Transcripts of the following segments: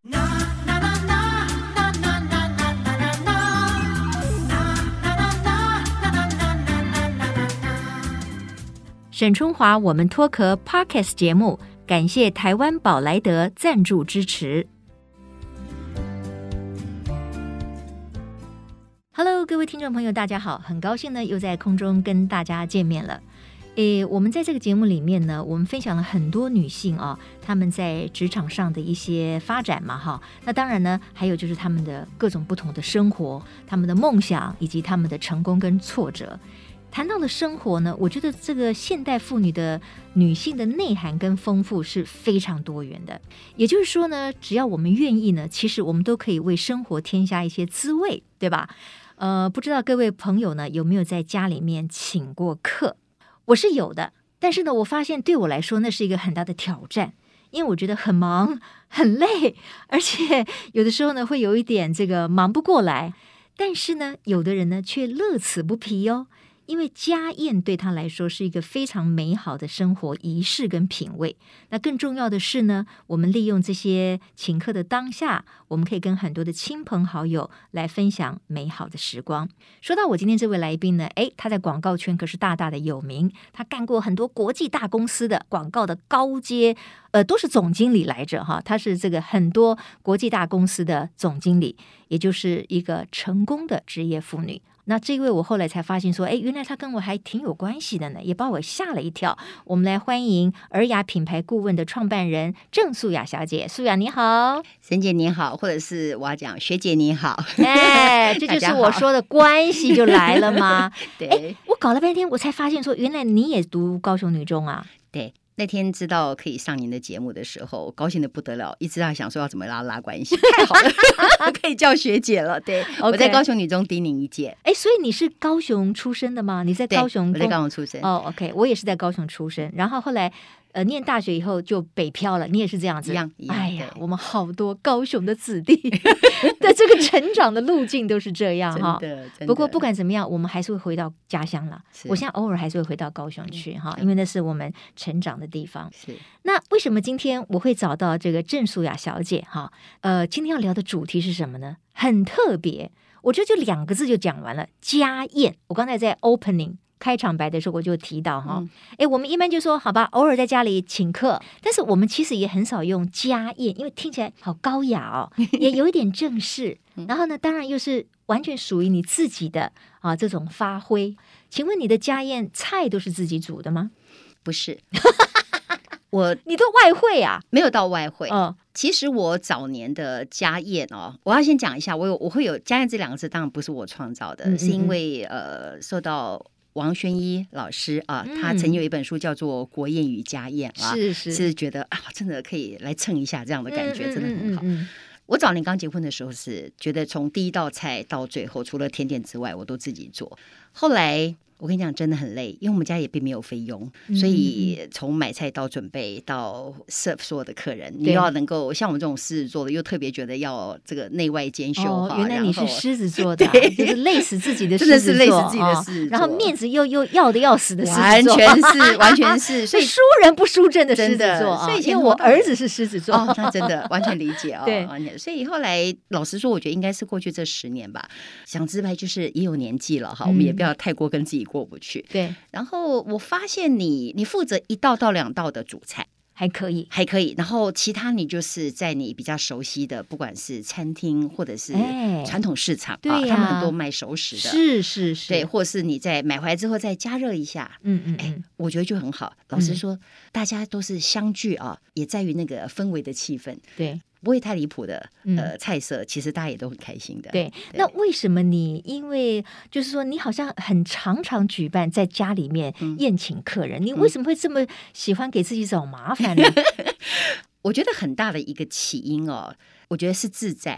沈春华我们脱壳 Podcast 节目，感谢台湾宝莱德赞助支持。Hello， 各位听众朋友，大家好，很高兴呢又在空中跟大家见面了。我们在这个节目里面呢，我们分享了很多女性啊，她们在职场上的一些发展嘛，哈。那当然呢，还有就是她们的各种不同的生活，她们的梦想，以及她们的成功跟挫折。谈到了生活呢，我觉得这个现代妇女的女性的内涵跟丰富是非常多元的。也就是说呢，只要我们愿意呢，其实我们都可以为生活添加一些滋味，对吧？不知道各位朋友呢有没有在家里面请过客？我是有的，但是呢，我发现对我来说那是一个很大的挑战，因为我觉得很忙很累，而且有的时候呢会有一点这个忙不过来。但是呢，有的人呢却乐此不疲哦。因为家宴对他来说是一个非常美好的生活仪式跟品味。那更重要的是呢，我们利用这些请客的当下，我们可以跟很多的亲朋好友来分享美好的时光。说到我今天这位来宾呢，他在广告圈可是大大的有名，他干过很多国际大公司的广告的高阶，都是总经理来着哈。他是这个很多国际大公司的总经理，也就是一个成功的职业妇女。那这位我后来才发现说，原来他跟我还挺有关系的呢，也把我吓了一跳。我们来欢迎尔雅品牌顾问的创办人郑素雅小姐。素雅你好。 沈姐你好，或者是我要讲学姐你好。 这就是我说的关系就来了吗？ 对， 我搞了半天我才发现说，原来你也读高雄女中啊。 对，那天知道可以上您的节目的时候，高兴的不得了，一直在想说要怎么拉关系，太好了，可以叫学姐了。对， okay. 我在高雄女中低您一届。 所以你是高雄出生的吗？你在高雄？ 我在高雄出生。 OK， 我也是在高雄出生，然后后来念大学以后就北漂了。你也是这样子？ 一样。 哎呀，我们好多高雄的子弟的这个成长的路径都是这样哈。 真的。 不过不管怎么样，我们还是会回到家乡了。我现在偶尔还是会回到高雄去哈，因为那是我们成长的地方。 是。 那为什么今天我会找到这个郑素雅小姐哈？今天要聊的主题是什么呢？很特别，我觉得就2个字就讲完了，家宴。我刚才在 opening开场白的时候我就提到哈，我们一般就说好吧，偶尔在家里请客，但是我们其实也很少用家宴，因为听起来好高雅哦，也有一点正式。然后呢，当然又是完全属于你自己的这种发挥。请问你的家宴菜都是自己煮的吗？ 不是。 你都外汇啊？ 没有到外汇。其实我早年的家宴我要先讲一下，我会有家宴这2个字，当然不是我创造的，是因为受到王宣一老师他曾有一本书叫做《国宴与家宴》是觉得真的可以来蹭一下这样的感觉，真的很好。我早年刚结婚的时候是觉得从第一道菜到最后，除了甜点之外我都自己做。后来我跟你讲真的很累，因为我们家也并没有菲佣，所以从买菜到准备到 serve 所有的客人，你要能够像我们这种狮子座的又特别觉得要这个内外兼修。 原来你是狮子座的就是累死自己的狮子座， 真的是累死自己的狮子座， 然后面子又要的要死的狮子座， 完全是所以输人不输阵的狮子座。 所以因为我儿子是狮子座那真的完全理解对， 所以后来老实说我觉得应该是过去这10年吧，想直白就是也有年纪了我们也不要太过跟自己过不去。 对， 然后我发现你负责1道到2道的主菜还可以， 然后其他你就是在你比较熟悉的，不管是餐厅或者是传统市场他们很多卖熟食的， 是， 对，或是你在买回来之后再加热一下，我觉得就很好。老实说，大家都是相聚也在于那个氛围的气氛， 对。 不会太离谱的菜色，其实大家也都很开心的。 对，那为什么你因为就是说你好像很常举办在家里面宴请客人，你为什么会这么喜欢给自己找麻烦呢？ 我觉得很大的一个起因我觉得是自在。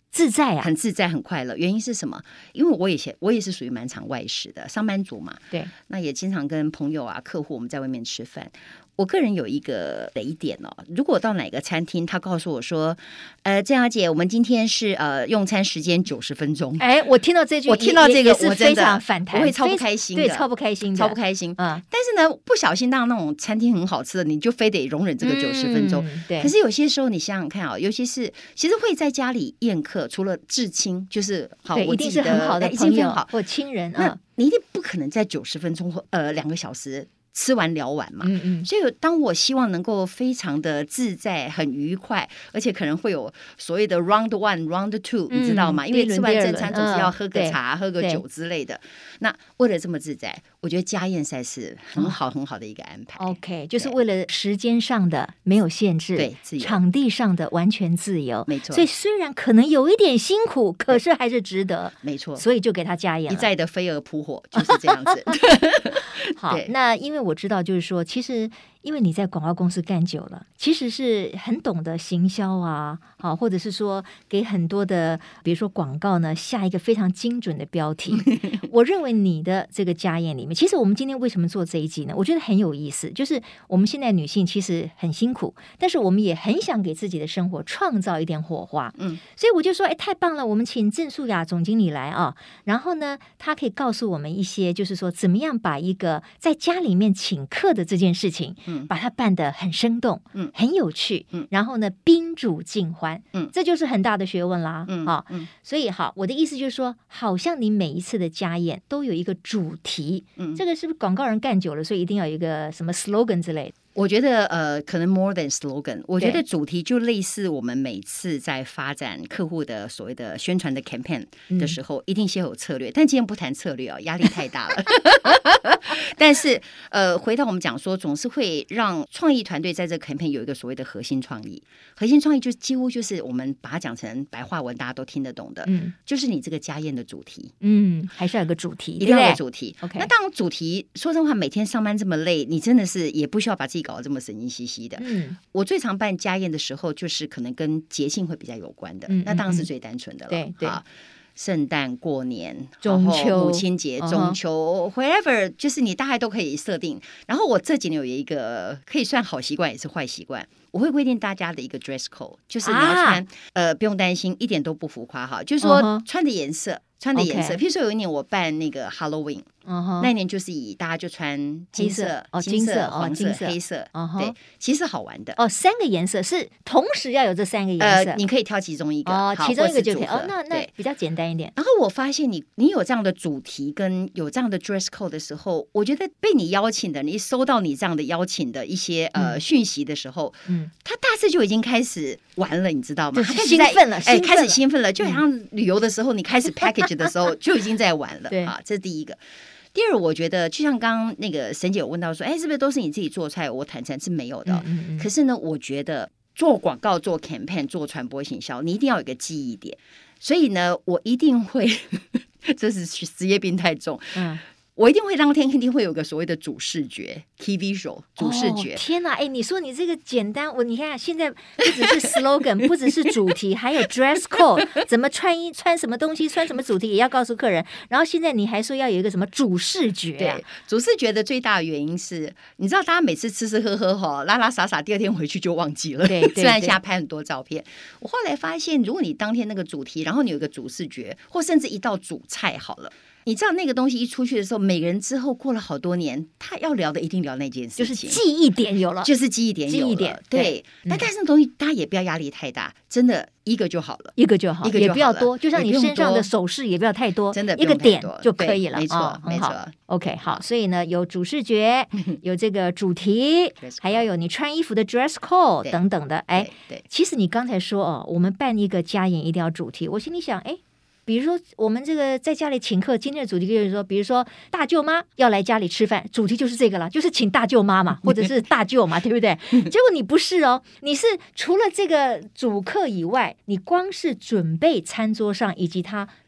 自在啊， 很自在很快乐。原因是什么？因为我也是属于蛮常外食的上班族嘛， 对， 那也经常跟朋友啊客户我们在外面吃饭。我个人有一个雷点哦，如果到哪个餐厅，他告诉我说，郑小姐，我们今天是用餐时间90分钟。 哎，我听到这句， 我听到这个， 我非常反弹， 我会超不开心的， 对，超不开心的， 超不开心。但是呢，不小心当那种餐厅很好吃的，你就非得容忍这个90分钟。 对。 可是有些时候，你想想看啊，尤其是其实会在家里宴客，除了至亲，就是好，我一定是很好的朋友或亲人啊，你一定不可能在90分钟或2个小时。吃完聊完嘛，所以当我希望能够非常的自在、很愉快，而且可能会有所谓的 round 1、round 2，你知道吗？因为吃完正餐总是要喝个茶、喝个酒之类的。那为了这么自在，我觉得家宴赛是很好很好的一个安排。 OK， 就是为了时间上的没有限制， 对，自由， 场地上的完全自由， 没错。 所以虽然可能有一点辛苦，可是还是值得， 没错。 所以就给他家宴了， 一再的飞蛾扑火，就是这样子。 好，那因为我知道，就是说，其实因为你在广告公司干久了，其实是很懂得行销啊，好，或者是说给很多的，比如说广告呢，下一个非常精准的标题。我认为你的这个家宴里面，其实我们今天为什么做这一集呢？我觉得很有意思，就是我们现在女性其实很辛苦，但是我们也很想给自己的生活创造一点火花。所以我就说，哎，太棒了，我们请郑素雅总经理来啊，然后呢，她可以告诉我们一些，就是说怎么样把一个在家里面请客的这件事情，把它办得很生动，很有趣，然后呢，宾主尽欢，这就是很大的学问啦，所以好，我的意思就是说，好像你每一次的家宴都有一个主题，这个是不是广告人干久了，所以一定要有一个什么 slogan 之类的？ 我觉得可能 more than slogan， 我觉得主题就类似我们每次在发展客户的所谓的宣传的 campaign 的时候，一定先有策略。但今天不谈策略压力太大了。但是回到我们讲说，总是会让创意团队在这个 campaign 有一个所谓的核心创意。核心创意就几乎就是我们把它讲成白话文，大家都听得懂的，就是你这个家宴的主题。 还是要有个主题， 一定要有主题。 OK， 那当然主题，说真话，每天上班这么累，你真的是也不需要把自己搞得这么神经兮兮的。我最常办家宴的时候，就是可能跟节庆会比较有关的，那当然是最单纯的了。 对。 圣诞、过年、 中秋、 母亲节、中秋 whatever， 就是你大概都可以设定。然后我这几年有一个可以算好习惯，也是坏习惯，我会规定大家的一个 dress code， 就是你要穿不用担心，一点都不浮夸哈，就是说穿的颜色。譬如说有一年我办那个 Halloween，那一年就是以大家就穿金色、金色、黄色、黑色，对，其实好玩的。 3个颜色是同时要有这3个颜色， 你可以挑其中一个， 其中一个就可以。那比较简单一点。 然后我发现你有这样的主题跟有这样的 dress code 的时候，我觉得被你邀请的，你收到你这样的邀请的一些讯息的时候，他大致就已经开始玩了，你知道吗？ 就是兴奋了， 开始兴奋了，就好像旅游的时候，你开始 package 的时候就已经在玩了。啊，这是第一个。第二，我觉得就像刚刚那个沈姐有问到说，是不是都是你自己做菜？我坦诚是没有的。可是呢，我觉得做广告、做 campaign、做传播行销，你一定要有一个记忆点。所以呢，我一定会，这是职业病太重。我一定会当天一定会有个所谓的主视觉 key visual 主视觉。 天哪，你说你这个简单，你看现在不只是 slogan， 不只是主题，还有 dress code， 怎么穿什么东西，穿什么主题也要告诉客人。然后现在你还说要有一个什么主视觉对，主视觉的最大的原因是，你知道大家每次吃吃喝喝拉拉撒撒，第二天回去就忘记了。 对， 虽然现在拍很多照片，我后来发现，如果你当天那个主题，然后你有一个主视觉，或甚至一道主菜好了。你知道那个东西一出去的时候，每个人之后过了好多年，他要聊的一定聊那件事情， 就是记忆点有了， 就是记忆点有了，对。但是那东西大家也不要压力太大，真的一个就好了， 一个就好，也不要多，就像你身上的首饰也不要太多， 真的一个点就可以了， 没错，没错。 OK， 好，所以呢，有主视觉，有这个主题，还要有你穿衣服的 dress code 等等的。对，其实你刚才说我们办一个家宴一定要主题，我心里想，比如说我们这个在家里请客，今天的主题就是说，比如说大舅妈要来家里吃饭，主题就是这个了，就是请大舅妈嘛，或者是大舅嘛，对不对？结果你不是你是除了这个主客以外，你光是准备餐桌上以及他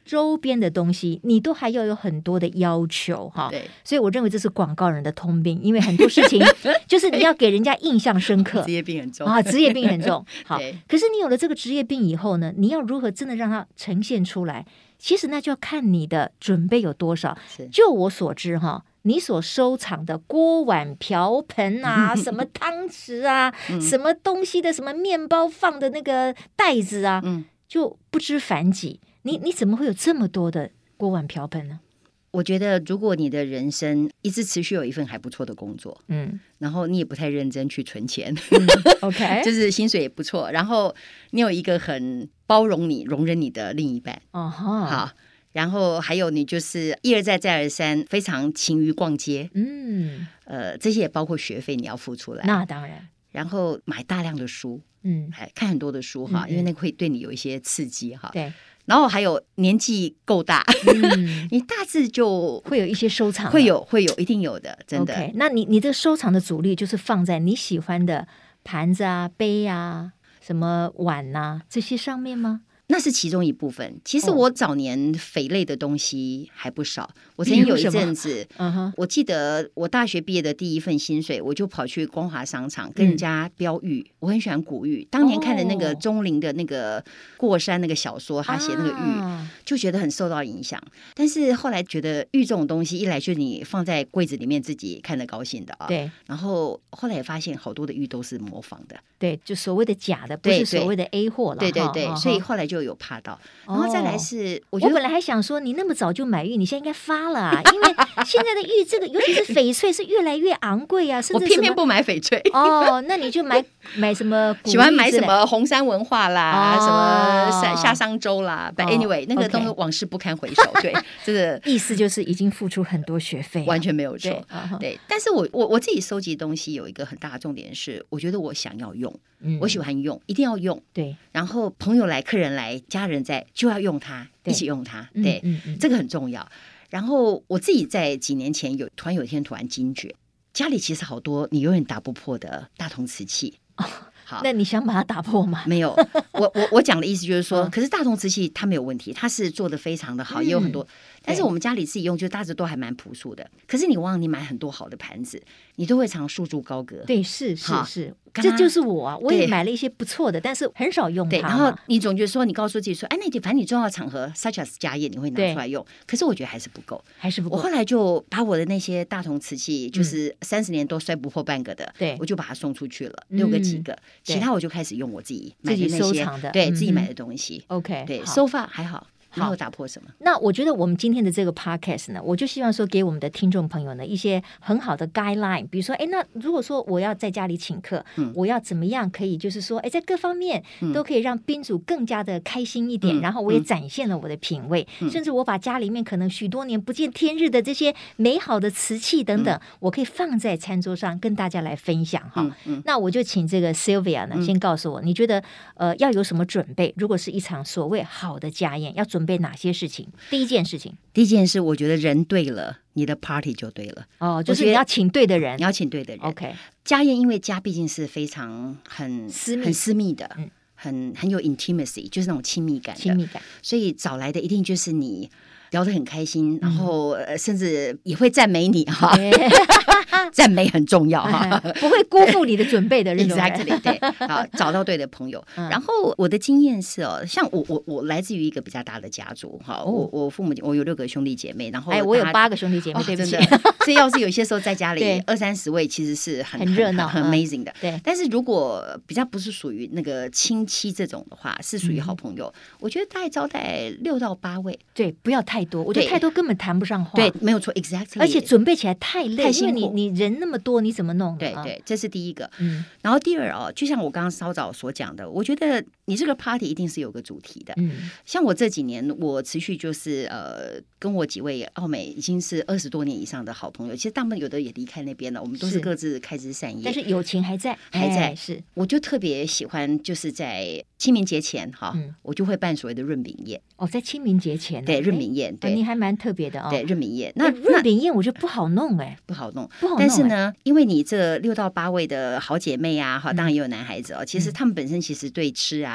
周边的东西，你都还要有很多的要求哈。 对， 所以我认为这是广告人的通病，因为很多事情就是你要给人家印象深刻， 职业病很重啊，职业病很重。好， 对可是你有了这个职业病以后呢，你要如何真的让它呈现出来？其实那就要看你的准备有多少。就我所知哈，你所收藏的锅碗瓢盆啊，什么汤匙啊，什么东西的，什么面包放的那个袋子啊，就不知凡几。你怎么会有这么多的锅碗瓢盆呢？ 我觉得如果你的人生一直持续有一份还不错的工作，然后你也不太认真去存钱 ，OK， 就是薪水也不错，然后你有一个很包容你、容忍你的另一半，好，然后还有你就是一而再再而三非常勤于逛街，这些也包括学费你要付出来， 那当然， 然后买大量的书，看很多的书哈，因为那个会对你有一些刺激哈， 对。 然后还有年纪够大，你大致就会有一些收藏， 会有一定有的，真的。 Okay， 那你这个收藏的主力就是放在你喜欢的盘子啊、杯啊、什么碗啊这些上面吗？ 那是其中一部分。其实我早年匪类的东西还不少。我曾经有一阵子，我记得我大学毕业的第一份薪水，我就跑去光华商场跟人家标玉。我很喜欢古玉，当年看的那个钟灵的那个过山那个小说，他写那个玉，就觉得很受到影响。但是后来觉得玉这种东西，一来就是你放在柜子里面自己看得高兴的啊， 对。 然后后来也发现好多的玉都是模仿的， 对，就所谓的假的，不是所谓的 A 货了。 对对对，所以后来就有怕到。然后再来是，我本来还想说，你那么早就买玉，你现在应该发了啊，因为现在的玉这个，尤其是翡翠是越来越昂贵啊，甚至我偏偏不买翡翠哦，那你就买什么？ 喜欢买什么红山文化啦，什么夏商周啦。But anyway， 那个东西往事不堪回首，对，这个意思就是已经付出很多学费， 完全没有错。对，但是我自己收集东西有一个很大的重点是，我觉得我想要用。我喜欢用，一定要用。 对， 然后朋友来、客人来、家人在，就要用它，一起用它。对，这个很重要。然后我自己在几年前有一天突然惊觉，家里其实好多你永远打不破的大同瓷器。 好，那你想把它打破吗？ 没有，我讲的意思就是说，可是大同瓷器它没有问题，它是做的非常的好，也有很多。但是我们家里自己用，就大致都还蛮朴素的。可是你忘了，你买很多好的盘子，你都会常束之高阁。 对，是，这就是我啊！我也买了一些不错的，但是很少用它。 对，然后你总觉得说，你告诉自己说，哎，那反正你重要的场合 ，such as 家宴，你会拿出来用。可是我觉得还是不够，我后来就把我的那些大同瓷器，就是30年都摔不破半个的，我就把它送出去了，6个几个，其他我就开始用我自己买的那些收藏的， 对自己买的东西。 OK， 对，so far 还好。没有打破什么。 那我觉得我们今天的这个 podcast 呢，我就希望说给我们的听众朋友呢一些很好的 guideline， 比如说，那如果说我要在家里请客，我要怎么样可以就是说，在各方面都可以让宾主更加的开心一点，然后我也展现了我的品味，甚至我把家里面可能许多年不见天日的这些美好的瓷器等等，我可以放在餐桌上跟大家来分享哈。那我就请这个 Sylvia 呢，先告诉我，你觉得要有什么准备？如果是一场所谓好的家宴，要准备哪些事情？第一件事， 我觉得人对了，你的 party 就对了。 哦，就是你要请对的人， 你要请对的人。 OK， 家宴因为家毕竟是非常很私密的，很有 intimacy， 就是那种亲密感，所以找来的一定就是你聊得很开心，然后甚至也会赞美你哈。赞美很重要哈， 不会辜负你的准备的那种人。 Exactly， 对，好，找到对的朋友。然后我的经验是像我来自于一个比较大的家族哈，我父母我有6个兄弟姐妹，然后我有8个兄弟姐妹，对不起。 所以要是有些时候在家里20-30位，其实是很热闹、 很 amazing 的。 对， 但是如果比较不是属于那个亲戚这种的话，是属于好朋友，我觉得大概招待6到8位， 对，不要太多，我觉得太多根本谈不上话。 对，没有错 ，exactly， 而且准备起来太累， 太辛苦， 因为你人那么多，你怎么弄？ 对对，这是第一个。然后第二就像我刚刚稍早所讲的，我觉得你这个 party 一定是有个主题的。像我这几年，我持续就是跟我几位澳美已经是20多年以上的好朋友，其实大部分有的也离开那边了，我们都是各自开枝散叶， 但是友情还在。是， 我就特别喜欢，就是在清明节前我就会办所谓的润饼宴。 在清明节前， 对润饼宴，对， 你还蛮特别的对润饼宴。 那润饼宴我觉得不好弄不好弄。但是呢，因为你这6到8位的好姐妹啊，当然也有男孩子其实他们本身其实对吃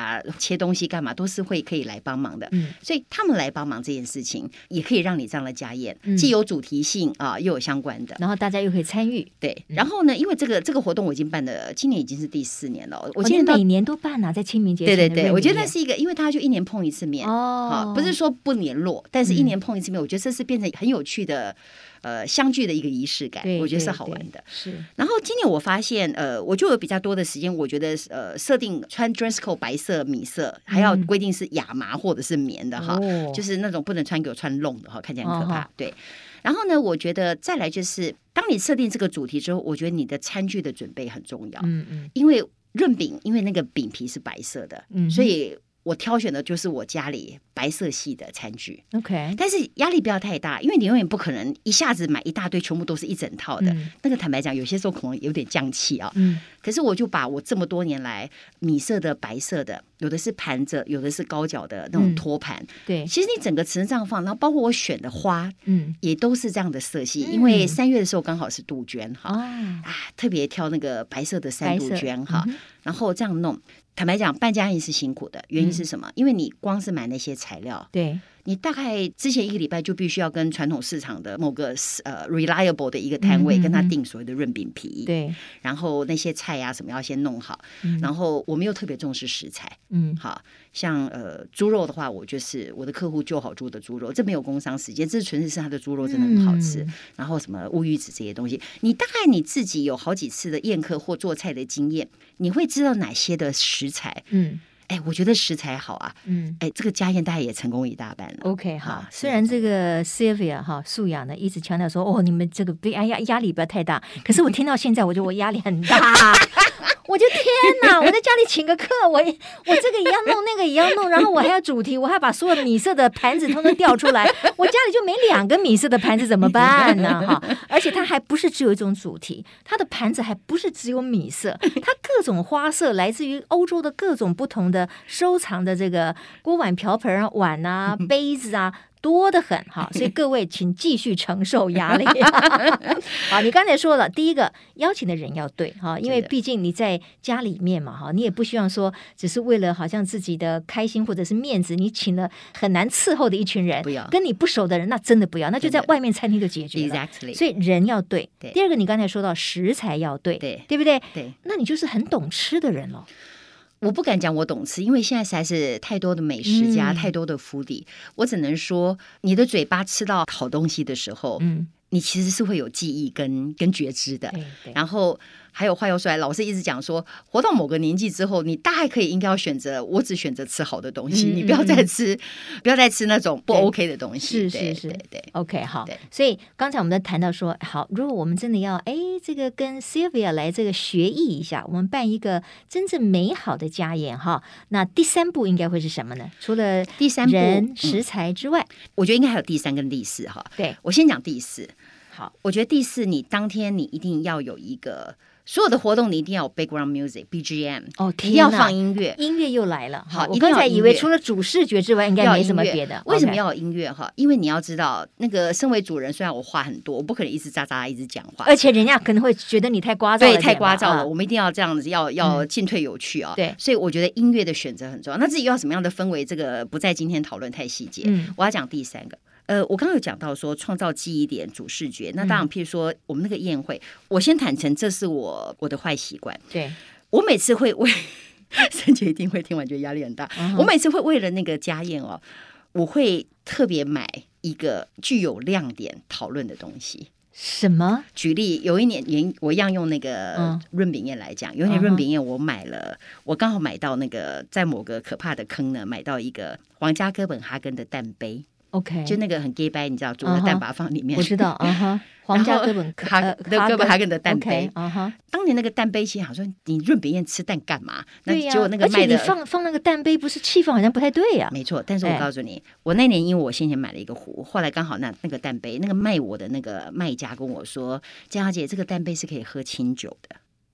啊、切东西干嘛都是可以来帮忙的。所以他们来帮忙这件事情，也可以让你这样的家宴，既有主题性啊，又有相关的， 然后大家又可以参与。 对，然后呢，因为这个活动我已经办了，今年已经是第4年了。我今年每年都办啊，在清明节。 对对对，我觉得那是一个，因为大家就1年碰一次面哦，不是说不联络，但是1年碰一次面，我觉得这是变成很有趣的相聚的一个仪式感，我觉得是好玩的。 是。然后今年我发现我就有比较多的时间，我觉得设定穿 dress code 白色、米色，还要规定是亚麻或者是棉的哈，就是那种不能给我穿long的哈，看起来很可怕。对。然后呢，我觉得再来就是，当你设定这个主题之后，我觉得你的餐具的准备很重要。因为润饼，因为那个饼皮是白色的，所以我挑选的就是我家里白色系的餐具。 OK， 但是压力不要太大，因为你永远不可能一下子买一大堆，全部都是一整套的。那个坦白讲，有些时候可能有点降气啊。可是我就把我这么多年来米色的、白色的，有的是盘子，有的是高脚的那种托盘。 对， 其实你整个池这样放，然后包括我选的花，也都是这样的色系。因为3月的时候刚好是杜鹃哈，特别挑那个白色的山杜鹃哈，然后这样弄。坦白讲，办家宴是辛苦的，原因是什么？因为你光是买那些材料， 对， 你大概之前1个礼拜就必须要跟传统市场的某个reliable 的一个摊位跟他订所谓的润饼皮， 对， 然后那些菜啊什么要先弄好，然后我们又特别重视食材，好像猪肉的话，我就是我的客户就好猪的猪肉，这没有工商时间，这是纯粹是他的猪肉真的很好吃，然后什么乌鱼子这些东西，你大概你自己有好几次的宴客或做菜的经验，你会知道哪些的食材，我觉得食材好啊，这个家宴大概也成功一大半了。 OK， 好，虽然这个 Sylvia 素雅呢一直强调说，你们这个压力不要太大，可是我听到现在，我觉得我压力很大。我就天哪！我在家里请个客，我这个也要弄，那个也要弄，然后我还要主题，我还把所有米色的盘子通通调出来，我家里就没2个米色的盘子怎么办呢？而且它还不是只有一种主题，它的盘子还不是只有米色，它各种花色来自于欧洲的各种不同的收藏的这个锅碗瓢盆啊、碗啊、杯子啊。多得很哈，所以各位请继续承受压力。好，你刚才说了，第一个邀请的人要对哈，因为毕竟你在家里面嘛哈，你也不希望说只是为了好像自己的开心或者是面子，你请了很难伺候的一群人， 不要跟你不熟的人，那真的不要，那就在外面餐厅就解决了。 Exactly， 所以人要对。第二个，你刚才说到食材要对，对不对？ 对， 那你就是很懂吃的人了。 我不敢讲我懂吃，因为现在实在是太多的美食家，太多的foodie底，我只能说，你的嘴巴吃到好东西的时候，你其实是会有记忆跟觉知的。然后还有话又说来，老师一直讲说，活到某个年纪之后，你大概应该要选择，我只选择吃好的东西，你不要再吃那种不 OK 的东西。 是对 OK 好。所以刚才我们在谈到说，好，如果我们真的要这个跟 Sylvia 来这个学艺一下，我们办一个真正美好的家宴哈，那第3步应该会是什么呢？除了第3步人食材之外， 我觉得应该还有第3跟第4哈。 对， 我先讲第4。 好， 我觉得第4，你当天你一定要有一个。所有的活动你一定要有 background music BGM 一定要放音乐， 音乐又来了。 好， 我刚才以为除了主视觉之外，应该没什么别的。 为什么要有音乐哈？因为你要知道，那个身为主人，虽然我话很多，我不可能一直喳喳一直讲话， 而且人家可能会觉得你太聒噪了。 对，太聒噪了。我们一定要这样子，要进退有序啊。 对， 所以我觉得音乐的选择很重要。那至于要什么样的氛围，这个不在今天讨论太细节。我要讲第3个。我刚刚有讲到说创造记忆点主视觉，那当然譬如说我们那个宴会，我先坦诚这是我的坏习惯。 对， 我每次会为沈姐一定会听完觉得压力很大。我每次会为了那个家宴我会特别买一个具有亮点讨论的东西。 什么？ 举例，有一年我一样用那个润饼宴来讲，有一年润饼宴我买了，我刚好买到那个在某个可怕的坑呢，买到一个皇家哥本哈根的蛋杯。 OK， 就那个很 gay 掰，你知道，煮的蛋把它放里面， 我知道，皇家哥本哈根的蛋杯，当年那个蛋杯，其实好像你润饼宴吃蛋干嘛？那结果那个卖的， 而且你放那个蛋杯，不是气氛好像不太对呀。 没错，但是我告诉你，我那年因为我先前买了一个壶，后来刚好那个蛋杯，那个卖我的那个卖家跟我说，江小姐，这个蛋杯是可以喝清酒的。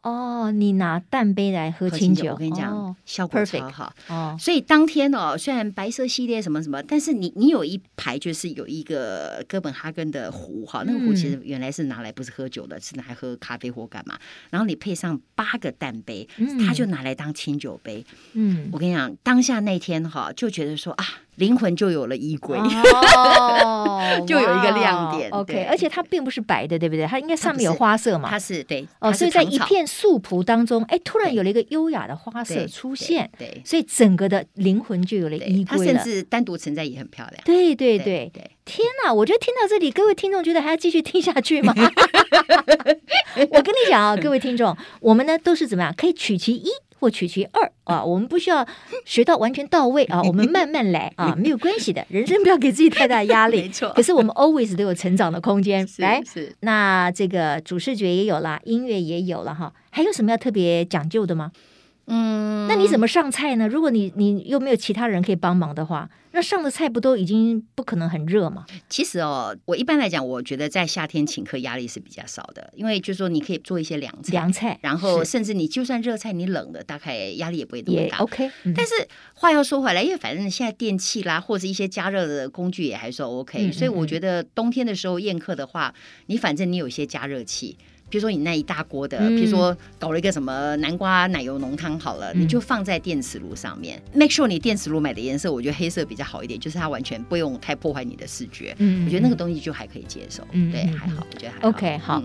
哦，你拿淡杯来喝清酒， 我跟你讲，效果超好哦。 所以当天虽然白色系列什么什么，但是你有一排就是有一个哥本哈根的壶哈，那个壶其实原来是拿来不是喝酒的，是拿来喝咖啡或干嘛。然后你配上8个淡杯，它就拿来当清酒杯。我跟你讲，当下那天就觉得说啊，灵魂就有了依归，就有一个亮点。 OK， 而且它并不是白的，对不对？它应该上面有花色嘛？ 它是对所以在一片素朴当中，突然有了一个优雅的花色出现， 对， 所以整个的灵魂就有了依归了。 它甚至单独存在也很漂亮。 对，天哪！我觉得听到这里，各位听众觉得还要继续听下去吗？我跟你讲啊，各位听众，我们呢都是怎么样，可以取其一或取其二啊，我们不需要学到完全到位啊，我们慢慢来啊，没有关系的，人生不要给自己太大压力。 没错。 可是我们 always 都有成长的空间，来， 是。 那这个主视觉也有啦，音乐也有了哈，还有什么要特别讲究的吗？那你怎么上菜呢？如果你又没有其他人可以帮忙的话，那上的菜不都已经不可能很热吗？ 其实我一般来讲，我觉得在夏天请客压力是比较少的，因为就是说你可以做一些凉菜，然后甚至你就算热菜你冷的，大概压力也不会那么大。 OK， 但是话要说回来，因为反正现在电器啦，或者一些加热的工具也还是 OK，所以我觉得冬天的时候宴客的话，你反正你有一些加热器。比如说你那一大锅的，比如说搞了一个什么南瓜奶油浓汤好了，你就放在电磁炉上面 ，make sure 你电磁炉买的颜色，我觉得黑色比较好一点，就是它完全不用太破坏你的视觉。我觉得那个东西就还可以接受，对，还好，我觉得还好。 OK， 好。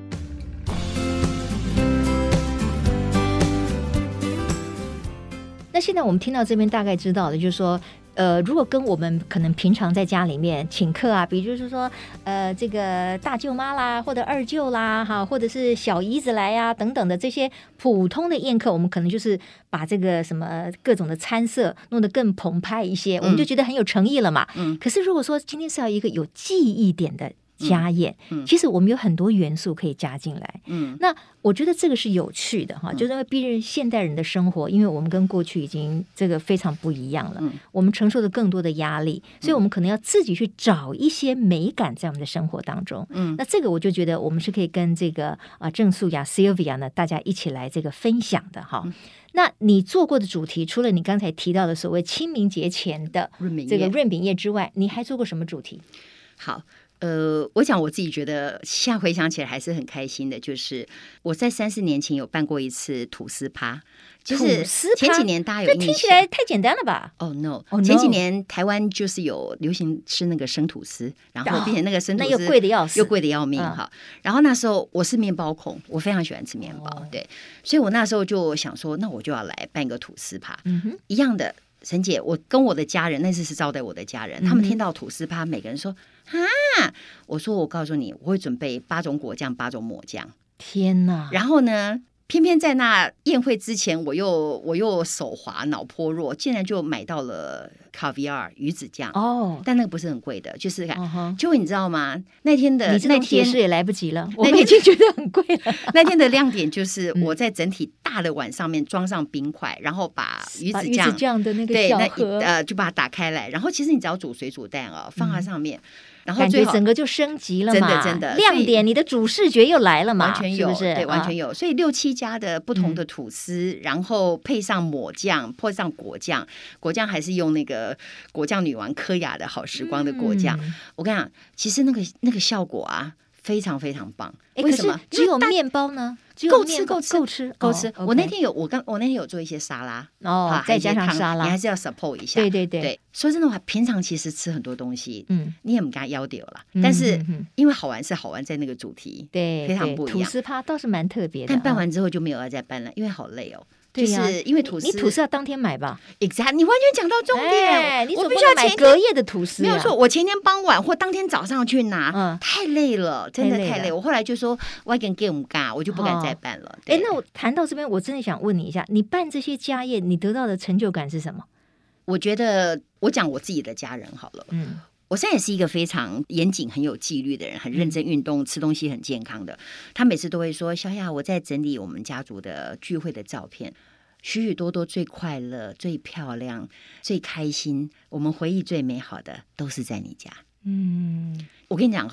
那现在我们听到这边大概知道了，就是说。如果跟我们可能平常在家里面请客啊，比如就是说，这个大舅妈啦，或者二舅啦，哈，或者是小姨子来呀、等等的这些普通的宴客，我们可能就是把这个什么各种的餐色弄得更澎湃一些，我们就觉得很有诚意了嘛。可是如果说今天是要一个有记忆点的家宴，其实我们有很多元素可以加进来。那我觉得这个是有趣的哈，就是因为毕竟现代人的生活，因为我们跟过去已经这个非常不一样了，我们承受了更多的压力，所以我们可能要自己去找一些美感在我们的生活当中。那这个我就觉得我们是可以跟这个郑素雅 Sylvia 呢，大家一起来这个分享的哈。那你做过的主题，除了你刚才提到的所谓清明节前的这个润饼夜之外，你还做过什么主题？ 好。我讲我自己觉得现在回想起来还是很开心的，就是我在30年前有办过一次吐司趴，就是前几年大家有印象， 这听起来太简单了吧 ？Oh no！ 前几年台湾就是有流行吃那个生吐司，然后并且那个生吐司那又贵的要死， 又贵的要命哈。然后那时候我是面包控，我非常喜欢吃面包，对，所以我那时候就想说，那我就要来办一个吐司趴，一样的。沈姐，我跟我的家人那次是招待我的家人，他们听到吐司趴，每个人说啊，我说我告诉你，我会准备8种果酱，8种抹酱。 天哪！ 然后呢，偏偏在那宴会之前，我又手滑脑颇弱，竟然就买到了caviar 鱼子酱但那个不是很贵的，就是就你知道吗？那天解释也来不及了，我们已经觉得很贵了。 那天的亮点就是我在整体大的碗上面装上冰块，然后把鱼子酱的那个小盒就把它打开来，然后其实你只要煮水煮蛋放在上面。然后感觉整个就升级了嘛， 真的亮点，你的主视觉又来了嘛， 完全有， 是不是？ 对，完全有。所以6、7家的不同的吐司，然后配上抹酱，配上果酱，果酱还是用那个果酱女王科雅的好时光的果酱。我跟你讲，其实那个效果啊，非常非常棒。为什么？ 只有面包呢？ 够吃。我那天有做一些沙拉再加上沙拉， 你还是要 support 一下。 对。 说真的话，平常其实吃很多东西，你也不敢要丢了。但是因为好玩是好玩在那个主题， 对， 非常不一样。 吐司趴倒是蛮特别的， 但办完之后就没有要再办了，因为好累哦。就是因为吐司， 你吐司要当天买吧 ？Exactly， 你完全讲到重点。 我必须要买隔夜的吐司， 没有错。我前天傍晚或当天早上去拿，太累了，真的太累。我后来就说，我跟 game 干，我就不敢再办了。 那我谈到这边，我真的想问你一下，你办这些家宴，你得到的成就感是什么？ 我觉得，我讲我自己的家人好了。我现在也是一个非常严谨、很有纪律的人，很认真运动，吃东西很健康的。他每次都会说：“小雅，我在整理我们家族的聚会的照片，许许多多最快乐、最漂亮、最开心，我们回忆最美好的，都是在你家。”我跟你讲哈，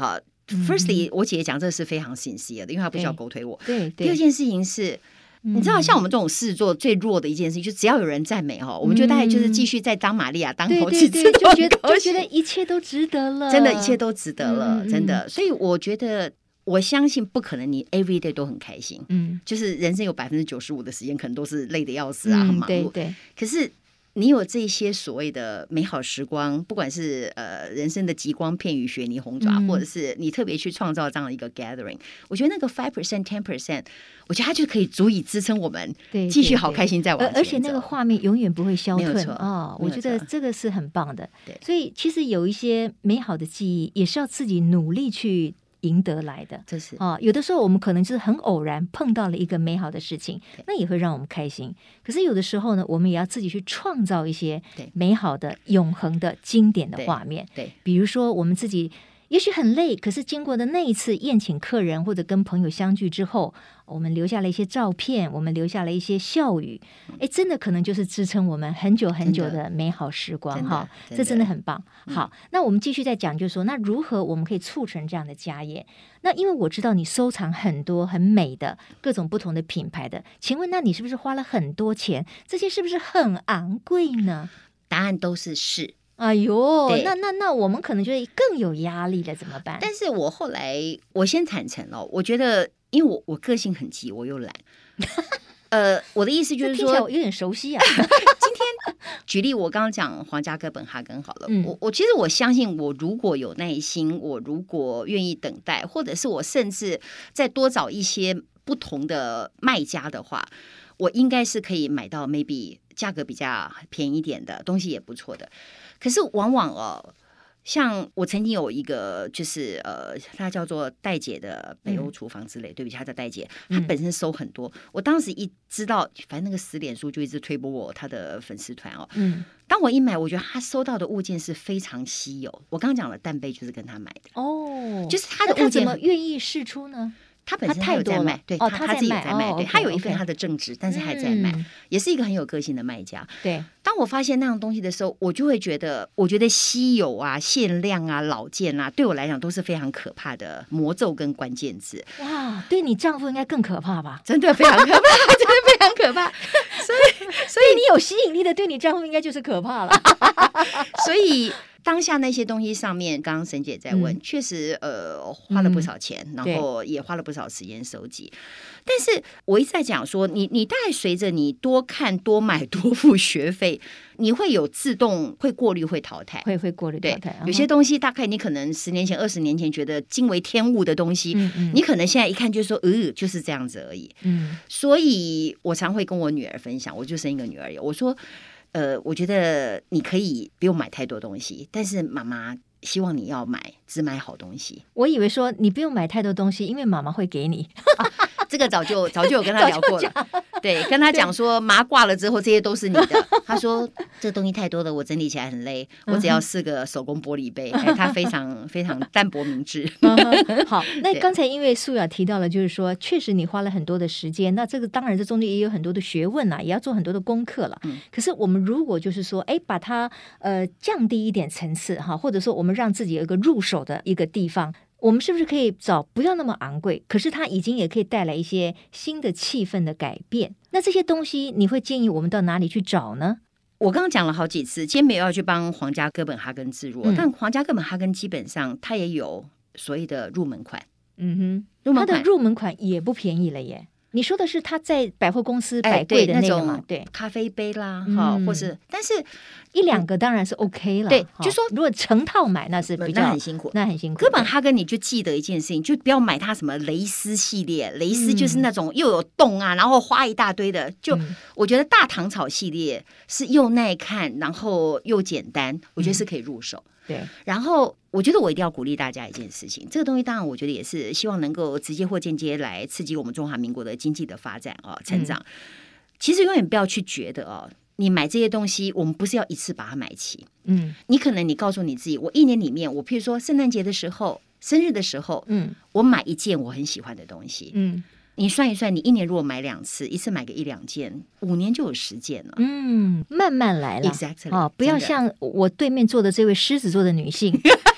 firstly，我姐姐讲这是非常sincere的，因为她不需要狗推我。 对。 第二件事情是，你知道，像我们这种狮子座最弱的一件事情，就只要有人赞美我们就大概就是继续再当玛利亚当好几次， 就觉得一切都值得了， 真的，一切都值得了，真的。所以我觉得，我相信不可能你 every day 都很开心，就是人生有95%的时间可能都是累得要死啊，很忙碌。 对。 可是你有这些所谓的美好时光，不管是人生的极光片羽、雪泥红爪，或者是你特别去创造这样的一个 gathering， 我觉得那个 5%、10%， 我觉得它就可以足以支撑我们继续好开心再往前走。 而且那个画面永远不会消退我觉得这个是很棒的。所以其实有一些美好的记忆，也是要自己努力去赢得来的， 这是有的时候我们可能就是很偶然碰到了一个美好的事情，那也会让我们开心。可是有的时候呢，我们也要自己去创造一些美好的、永恒的、经典的画面。 对， 比如说我们自己也许很累，可是经过的那一次宴请客人或者跟朋友相聚之后，我们留下了一些照片，我们留下了一些笑语，真的可能就是支撑我们很久很久的美好时光哈，这真的很棒。好，那我们继续再讲，就是说那如何我们可以促成这样的家宴？那因为我知道你收藏很多很美的各种不同的品牌的，请问那你是不是花了很多钱？这些是不是很昂贵呢？ 答案都是是。 哎呦，那我们可能就会更有压力了，怎么办？ 但是我后来我先坦诚我觉得因为我个性很急，我又懒。我的意思就是说，听起来我有点熟悉啊。 今天举例，我刚刚讲皇家哥本哈根好了，我其实我相信，我如果有耐心，我如果愿意等待，或者是我甚至再多找一些不同的卖家的话，我应该是可以买到 maybe 价格比较便宜一点的东西，也不错的。可是往往像我曾经有一个就是他叫做戴姐的北欧厨房之类，对不起，他的戴姐，他本身收很多。我当时一知道，反正那个死脸书就一直推播我他的粉丝团当我一买，我觉得他收到的物件是非常稀有。我刚刚讲了蛋杯就是跟他买的就是他的物件怎么愿意释出呢？ 他本身他有在卖，对他自己有在卖，对他有一份他的正职，但是还在卖，也是一个很有个性的卖家。 对， 当我发现那样东西的时候，我就会觉得稀有啊、限量啊、老件啊，对我来讲都是非常可怕的魔咒跟关键字。 哇，对你丈夫应该更可怕吧？ 真的非常可怕，真的非常可怕。所以你有吸引力的，对你丈夫应该就是可怕了。 所以。当下那些东西上面，刚刚沈姐在问，确实花了不少钱，然后也花了不少时间收集。但是我一直在讲说，你大概随着你多看、多买、多付学费，你会有自动会过滤、会淘汰， 会过滤淘汰。 有些东西大概你可能10年前、20年前觉得惊为天物的东西，你可能现在一看就说就是这样子而已。所以我常会跟我女儿分享，我就生一个女儿，我说。我觉得你可以不用买太多东西，但是妈妈希望你要只买好东西。 我以为说你不用买太多东西，因为妈妈会给你。 这个早就有跟他聊过了，对，跟他讲说妈挂了之后这些都是你的。他说这东西太多了，我整理起来很累，我只要4个手工玻璃杯。他非常非常淡泊明志。 好，那刚才因为素雅提到了，就是说确实你花了很多的时间，那这个当然这中间也有很多的学问也要做很多的功课了。可是我们如果就是说把它降低一点层次或者说我们让自己有一个入手的一个地方，我们是不是可以找不要那么昂贵，可是它已经也可以带来一些新的气氛的改变？那这些东西你会建议我们到哪里去找呢？ 我刚刚讲了好几次，今天没有要去帮皇家哥本哈根置入，但皇家哥本哈根基本上它也有所谓的入门款。它的入门款也不便宜了耶。你说的是他在百货公司摆柜的那个吗？ 对，咖啡杯啦，或是，但是 1-2个当然是 OK 了。 对，就说如果成套买，那是比较那很辛苦。 哥本哈根你就记得一件事情，就不要买它什么蕾丝系列，蕾丝就是那种又有洞啊，然后花一大堆的。就我觉得大糖草系列是又耐看，然后又简单，我觉得是可以入手。 对， 然后我觉得我一定要鼓励大家一件事情，这个东西当然我觉得也是希望能够直接或间接来刺激我们中华民国的经济的发展成长。其实永远不要去觉得你买这些东西，我们不是要一次把它买齐。你可能你告诉你自己，我1年里面，我譬如说圣诞节的时候、生日的时候，我买一件我很喜欢的东西。你算一算，你1年如果买2次，一次买个1-2件，5年就有10件了。 慢慢来了。 Exactly， 不要像我对面坐的这位狮子座的女性这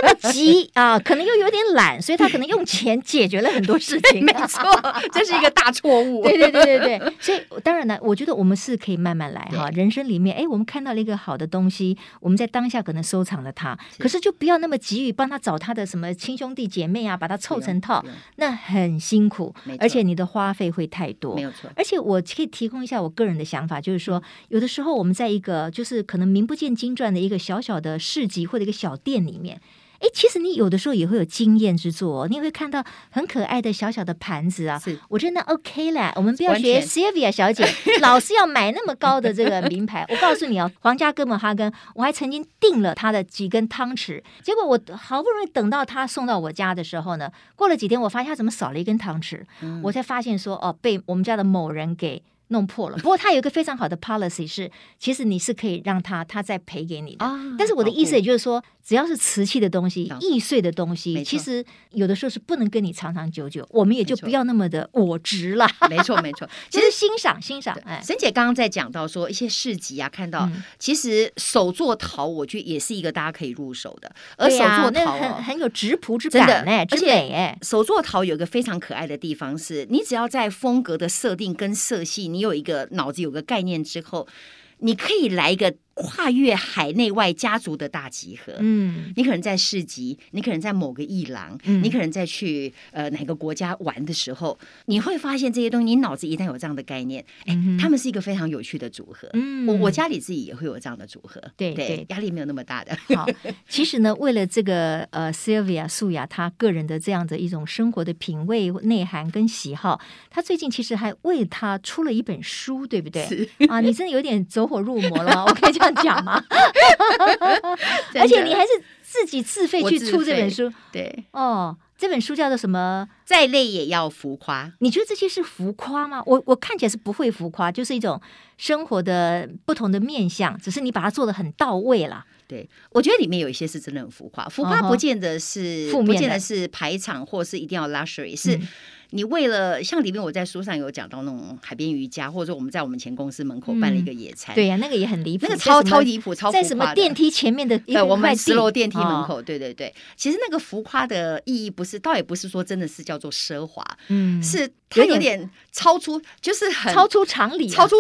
么急啊，可能又有点懒，所以他可能用钱解决了很多事情。 没错，这是一个大错误。 对对对对对，所以当然呢，我觉得我们是可以慢慢来哈。人生里面，我们看到了一个好的东西，我们在当下可能收藏了它，可是就不要那么急于帮他找他的什么亲兄弟姐妹啊，把它凑成套，那很辛苦，而且你的花费会太多。 没有错。 而且我可以提供一下我个人的想法，就是说，有的时候我们在一个就是可能名不见经传的一个小小的市集或者一个小店里面。其实你有的时候也会有惊艳之作，你也会看到很可爱的小小的盘子啊，我觉得那 OK 啦，我们不要学 Sylvia 小姐老是要买那么高的这个名牌。我告诉你皇家哥本哈根，我还曾经订了他的几根汤匙，结果我好不容易等到他送到我家的时候呢，过了几天我发现他怎么少了一根汤匙，我才发现说被我们家的某人给弄破了。不过他有一个非常好的 policy 是，其实你是可以让他再赔给你的。但是我的意思也就是说，只要是瓷器的东西、易碎的东西，其实有的时候是不能跟你长长久久，我们也就不要那么的我执了。 没错没错， 其实欣赏。 沈姐刚刚在讲到说一些市集啊，看到其实手作陶，我觉得也是一个大家可以入手的。而手作陶很有质朴之感而且手作陶有一个非常可爱的地方是，你只要在风格的设定跟色系，你有一个脑子有个概念之后，你可以来一个跨越海内外家族的大集合。你可能在市集，你可能在某个艺廊，你可能在去哪个国家玩的时候，你会发现这些东西，你脑子一旦有这样的概念，他们是一个非常有趣的组合。我家里自己也会有这样的组合，对，压力没有那么大的。 好，其实呢，为了这个Sylvia 素雅她个人的这样的一种生活的品味、内涵跟喜好，她最近其实还为她出了一本书，对不对？啊，你真的有点走火入魔了吗？我可以这样讲吗？而且你还是自己自费去出这本书。 对， 这本书叫做什么？ 再累也要浮夸。 你觉得这些是浮夸吗？我看起来是不会浮夸，就是一种生活的不同的面向，只是你把它做得很到位啦。 对，我觉得里面有一些是真的很浮夸，浮夸不见得是负面的，不见得是排场或是一定要 luxury，是你为了像里面我在书上有讲到那种海边瑜伽，或者说我们在我们前公司门口办了一个野餐， 对呀，那个也很离谱， 那个超离谱，超浮夸的， 在什么电梯前面的一块地， 我们10楼电梯门口，对对对。其实那个浮夸的意义倒也不是说真的是叫做奢华，是它有点超出，就是很超出常理， 就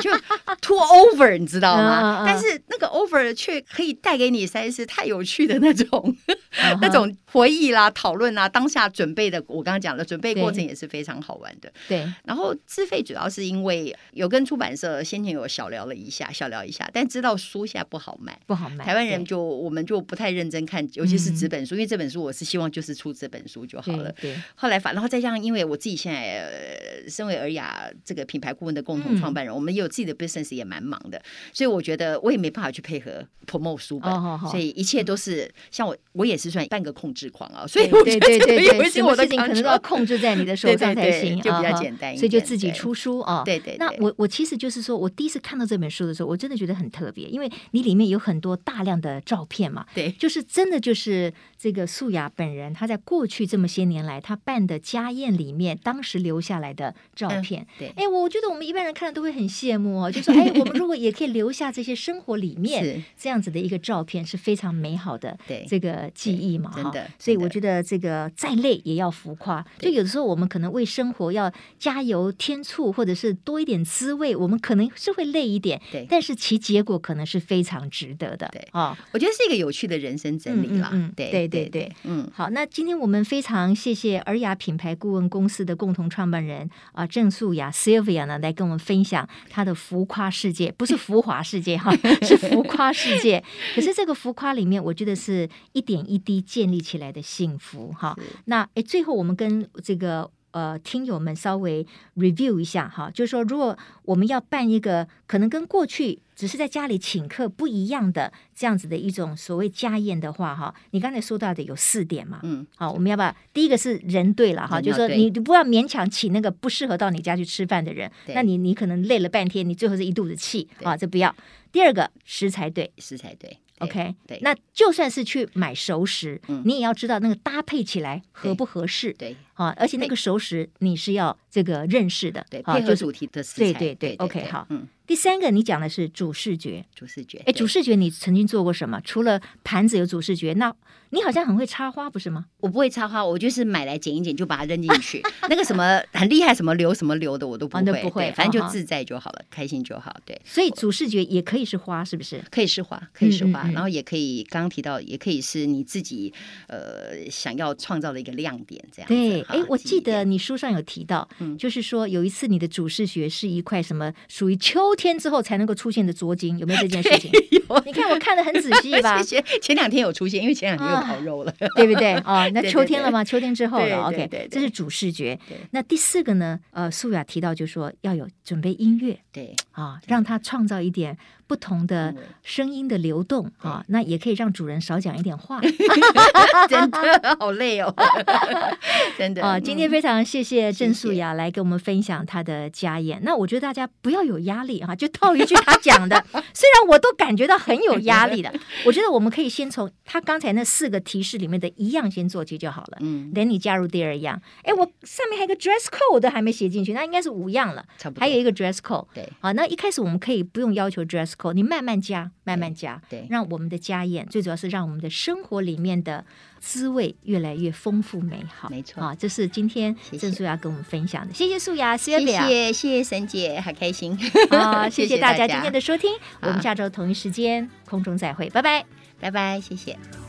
too over， 你知道吗？但是那个 over 却可以带给你实在是太有趣的那种那种回忆啦、讨论啦，当下准备的，我刚刚讲的准备过程也是非常好玩的。 对， 然后自费主要是因为有跟出版社先前有小聊一下，但知道书现在不好卖，台湾人我们就不太认真看，尤其是纸本书，因为这本书我是希望就是出这本书就好了。对，后来然后再加上因为我自己现在身为尔雅这个品牌顾问的共同创办人，我们也有自己的 business， 也蛮忙的，所以我觉得我也没办法去配合 promote 书本，所以一切都是像我也是算半个控制狂啊，所以我觉得有一些我的事情可能都要控制在你的手上才行， 就比较简单一点， 所以就自己出书啊。 对对， 那我其实就是说我第一次看到这本书的时候，我真的觉得很特别，因为你里面有很多大量的照片嘛， 对， 就是真的就是这个素雅本人，她在过去这么些年来，她办的家宴里面当时留下来的照片。 对， 我觉得我们一般人看了都会很羡慕哦，就说我们如果也可以留下这些生活里面这样子的一个照片，是非常美好的这个记忆嘛，哈。所以我觉得这个再累也要浮夸，就有的时候我们可能为生活要加油添醋，或者是多一点滋味，我们可能是会累一点，但是其结果可能是非常值得的。对， 我觉得是一个有趣的人生整理啦。 对，好，那今天我们非常谢谢尔雅品牌顾问公司的共同创办人郑素雅 Sylvia 呢，来跟我们分享她的浮夸世界，不是浮华世界哈，是浮夸世界。可是这个浮夸里面，我觉得是一点一滴建立起来的幸福哈。那最后我们跟这个听友们稍微 review 一下哈，就是说如果我们要办一个可能跟过去只是在家里请客不一样的这样子的一种所谓家宴的话哈，你刚才说到的有4点嘛，好，我们要不要第一个是人对了哈，就是说你不要勉强请那个不适合到你家去吃饭的人，那你可能累了半天，你最后是一肚子气啊，这不要。第二个食材对，OK， 那就算是去买熟食，你也要知道那个搭配起来合不合适，对，而且那个熟食你是要这个认识的， 对，配合主题的食材， 对 ，OK， 好，第3个你讲的是主视觉，主视觉你曾经做过什么？除了盘子有主视觉，那你好像很会插花，不是吗？ 我不会插花，我就是买来剪一剪就把它扔进去。那个什么很厉害，什么流什么流的我都不会， 都不会， 反正就自在就好了，开心就好。对， 所以主视觉也可以是花，是不是？ 可以是花，可以是花，然后也可以刚刚提到，也可以是你自己想要创造的一个亮点，这样子。 对，我记得你书上有提到，就是说有一次你的主视觉是一块什么属于秋天之后才能够出现的浊金，有没有这件事情？有，你看我看得很仔细吧？ 前2天有出现，因为前2天又烤肉了， 对不对？那秋天了吗？秋天之后了。OK， 这是主视觉。那第4个呢？素雅提到就说要有准备音乐， 对让他创造一点不同的声音的流动那也可以让主人少讲一点话。 真的好累哦，真的今天非常谢谢郑素雅来跟我们分享她的家宴。那我觉得大家不要有压力就套一句她讲的，虽然我都感觉到很有压力的，我觉得我们可以先从她刚才那4个提示里面的一样先做起就好了。等你加入第2样，我上面还有一个 dress code 都还没写进去，那应该是5样了， 差不多还有一个 dress code。 对， 那一开始我们可以不用要求 dress code， 你慢慢加，慢慢加， 对， 让我们的家宴最主要是让我们的生活里面的滋味越来越丰富美好。 没错这是今天郑素雅跟我们分享的，谢谢素雅， 谢谢沈姐，好开心谢谢大家今天的收听，我们下周同一时间空中再会，拜拜， 拜拜，谢谢。